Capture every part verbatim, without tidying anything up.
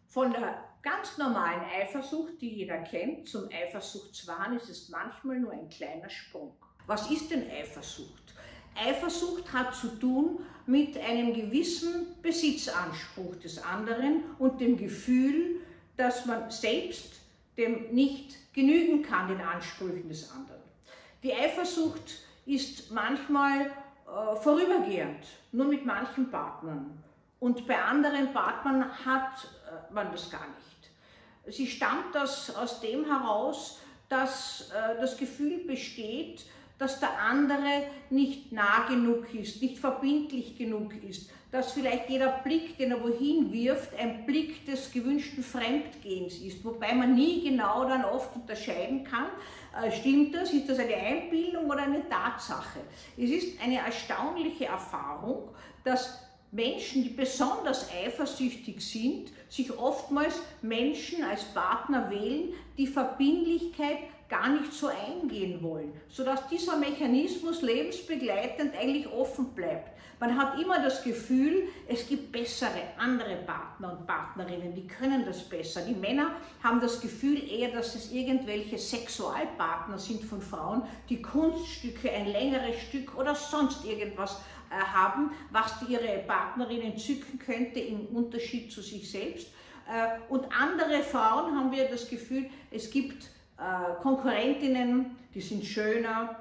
Von der ganz normalen Eifersucht, die jeder kennt, zum Eifersuchtswahn ist es manchmal nur ein kleiner Sprung. Was ist denn Eifersucht? Eifersucht hat zu tun mit einem gewissen Besitzanspruch des anderen und dem Gefühl, dass man selbst dem nicht genügen kann, den Ansprüchen des anderen. Die Eifersucht ist manchmal äh, vorübergehend, nur mit manchen Partnern. Und bei anderen Partnern hat äh, man das gar nicht. Sie stammt das aus dem heraus, dass äh, das Gefühl besteht, dass der andere nicht nah genug ist, nicht verbindlich genug ist, dass vielleicht jeder Blick, den er wohin wirft, ein Blick des gewünschten Fremdgehens ist, wobei man nie genau dann oft unterscheiden kann, äh, stimmt das, ist das eine Einbildung oder eine Tatsache. Es ist eine erstaunliche Erfahrung, dass Menschen, die besonders eifersüchtig sind, sich oftmals Menschen als Partner wählen, die Verbindlichkeit gar nicht so eingehen wollen, sodass dieser Mechanismus lebensbegleitend eigentlich offen bleibt. Man hat immer das Gefühl, es gibt bessere, andere Partner und Partnerinnen, die können das besser. Die Männer haben das Gefühl eher, dass es irgendwelche Sexualpartner sind von Frauen, die Kunststücke, ein längeres Stück oder sonst irgendwas äh, haben, was ihre Partnerin entzücken könnte im Unterschied zu sich selbst. Äh, und andere Frauen haben wir das Gefühl, es gibt äh, Konkurrentinnen, die sind schöner,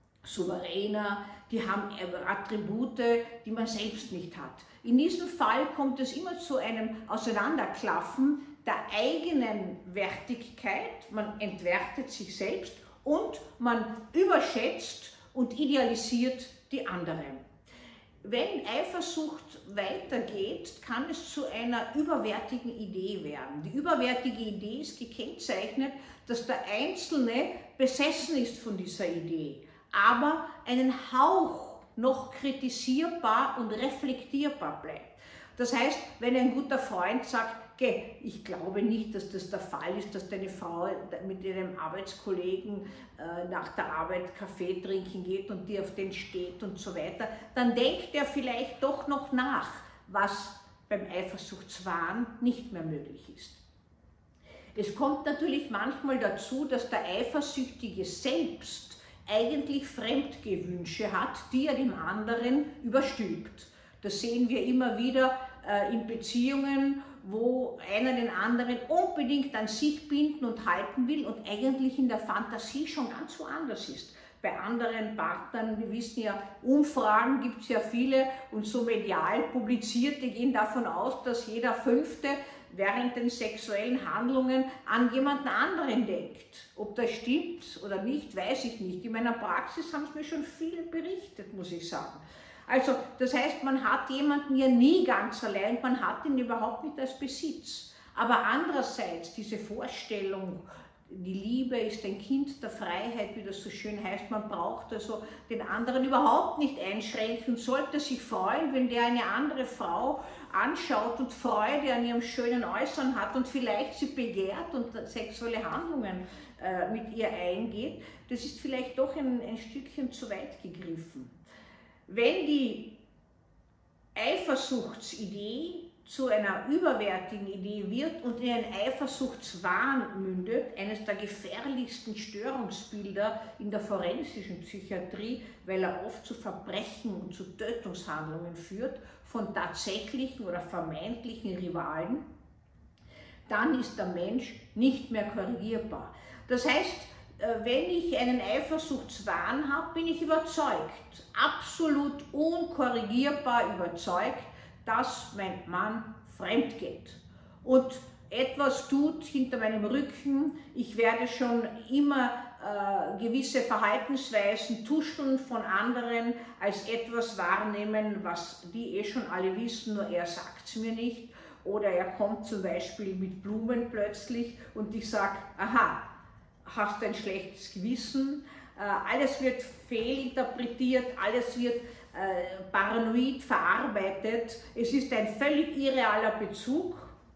souveräner, die haben Attribute, die man selbst nicht hat. In diesem Fall kommt es immer zu einem Auseinanderklaffen der eigenen Wertigkeit, man entwertet sich selbst und man überschätzt und idealisiert die anderen. Wenn Eifersucht weitergeht, kann es zu einer überwertigen Idee werden. Die überwertige Idee ist gekennzeichnet, dass der Einzelne besessen ist von dieser Idee, aber einen Hauch noch kritisierbar und reflektierbar bleibt. Das heißt, wenn ein guter Freund sagt, okay, ich glaube nicht, dass das der Fall ist, dass deine Frau mit ihrem Arbeitskollegen äh, nach der Arbeit Kaffee trinken geht und die auf den steht und so weiter, dann denkt er vielleicht doch noch nach, was beim Eifersuchtswahn nicht mehr möglich ist. Es kommt natürlich manchmal dazu, dass der Eifersüchtige selbst eigentlich Fremdgewünsche hat, die er dem anderen überstülpt. Das sehen wir immer wieder äh, in Beziehungen, wo einer den anderen unbedingt an sich binden und halten will und eigentlich in der Fantasie schon ganz woanders ist. Bei anderen Partnern, wir wissen ja, Umfragen gibt es ja viele und so medial publizierte gehen davon aus, dass jeder Fünfte während den sexuellen Handlungen an jemanden anderen denkt. Ob das stimmt oder nicht, weiß ich nicht. In meiner Praxis haben es mir schon viele berichtet, muss ich sagen. Also das heißt, man hat jemanden ja nie ganz allein, man hat ihn überhaupt nicht als Besitz. Aber andererseits diese Vorstellung, die Liebe ist ein Kind der Freiheit, wie das so schön heißt, man braucht also den anderen überhaupt nicht einschränken und sollte sich freuen, wenn der eine andere Frau anschaut und Freude an ihrem schönen Äußern hat und vielleicht sie begehrt und sexuelle Handlungen äh, mit ihr eingeht. Das ist vielleicht doch ein, ein Stückchen zu weit gegriffen. Wenn die Eifersuchtsidee zu einer überwertigen Idee wird und in einen Eifersuchtswahn mündet, eines der gefährlichsten Störungsbilder in der forensischen Psychiatrie, weil er oft zu Verbrechen und zu Tötungshandlungen führt, von tatsächlichen oder vermeintlichen Rivalen, dann ist der Mensch nicht mehr korrigierbar. Das heißt, wenn ich einen Eifersuchtswahn habe, bin ich überzeugt, absolut unkorrigierbar überzeugt, dass mein Mann fremd geht und etwas tut hinter meinem Rücken. Ich werde schon immer äh, gewisse Verhaltensweisen tuscheln von anderen als etwas wahrnehmen, was die eh schon alle wissen, nur er sagt es mir nicht. Oder er kommt zum Beispiel mit Blumen plötzlich und ich sage, aha, hast du ein schlechtes Gewissen? Äh, alles wird fehlinterpretiert, alles wird äh, paranoid verarbeitet. Es ist ein völlig irrealer Bezug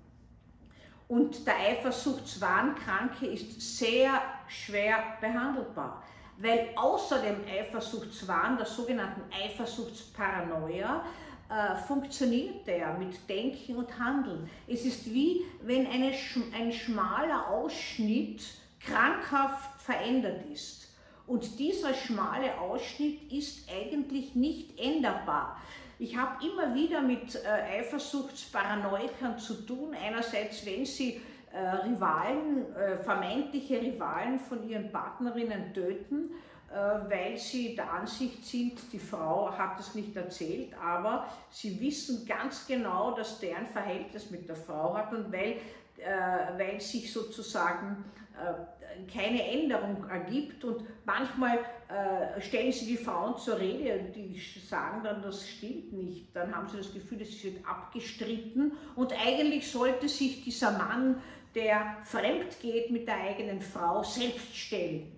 und der Eifersuchtswahnkranke ist sehr schwer behandelbar, weil außer dem Eifersuchtswahn, der sogenannten Eifersuchtsparanoia, äh, funktioniert der mit Denken und Handeln. Es ist wie wenn eine, ein schmaler Ausschnitt krankhaft verändert ist. Und dieser schmale Ausschnitt ist eigentlich nicht änderbar. Ich habe immer wieder mit äh, Eifersuchtsparanoikern zu tun. Einerseits, wenn sie äh, Rivalen, äh, vermeintliche Rivalen von ihren Partnerinnen töten, äh, weil sie der Ansicht sind, die Frau hat es nicht erzählt, aber sie wissen ganz genau, dass der ein Verhältnis mit der Frau hat, und weil, äh, weil sich sozusagen äh, keine Änderung ergibt, und manchmal äh, stellen sie die Frauen zur Rede und die sagen dann, das stimmt nicht. Dann haben sie das Gefühl, das wird abgestritten, und eigentlich sollte sich dieser Mann, der fremd geht mit der eigenen Frau, selbst stellen.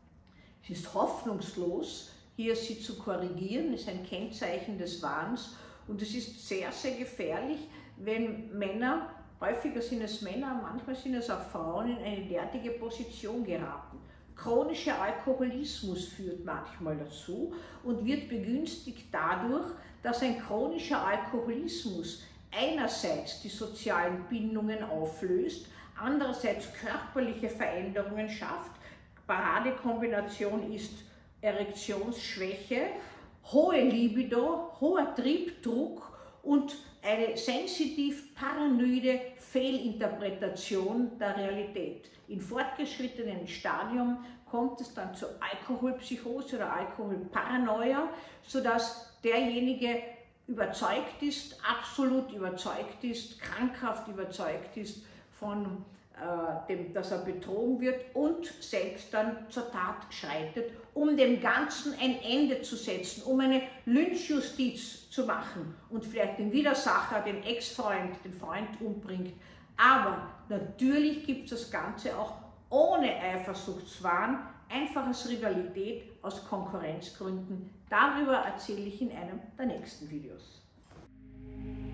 Es ist hoffnungslos, hier sie zu korrigieren, ist ein Kennzeichen des Wahns, und es ist sehr, sehr gefährlich, wenn Männer, häufiger sind es Männer, manchmal sind es auch Frauen, in eine derartige Position geraten. Chronischer Alkoholismus führt manchmal dazu und wird begünstigt dadurch, dass ein chronischer Alkoholismus einerseits die sozialen Bindungen auflöst, andererseits körperliche Veränderungen schafft. Paradekombination ist Erektionsschwäche, hohe Libido, hoher Triebdruck und eine sensitiv paranoide Fehlinterpretation der Realität. In fortgeschrittenen Stadium kommt es dann zur Alkoholpsychose oder Alkoholparanoia, sodass derjenige überzeugt ist, absolut überzeugt ist, krankhaft überzeugt ist von äh, dem, dass er betrogen wird, und selbst dann zur Tat schreitet, um dem Ganzen ein Ende zu setzen, um eine Lynchjustiz zu machen und vielleicht den Widersacher, den Ex-Freund, den Freund umbringt. Aber natürlich gibt es das Ganze auch ohne Eifersuchtswahn, einfach als Rivalität, aus Konkurrenzgründen. Darüber erzähle ich in einem der nächsten Videos.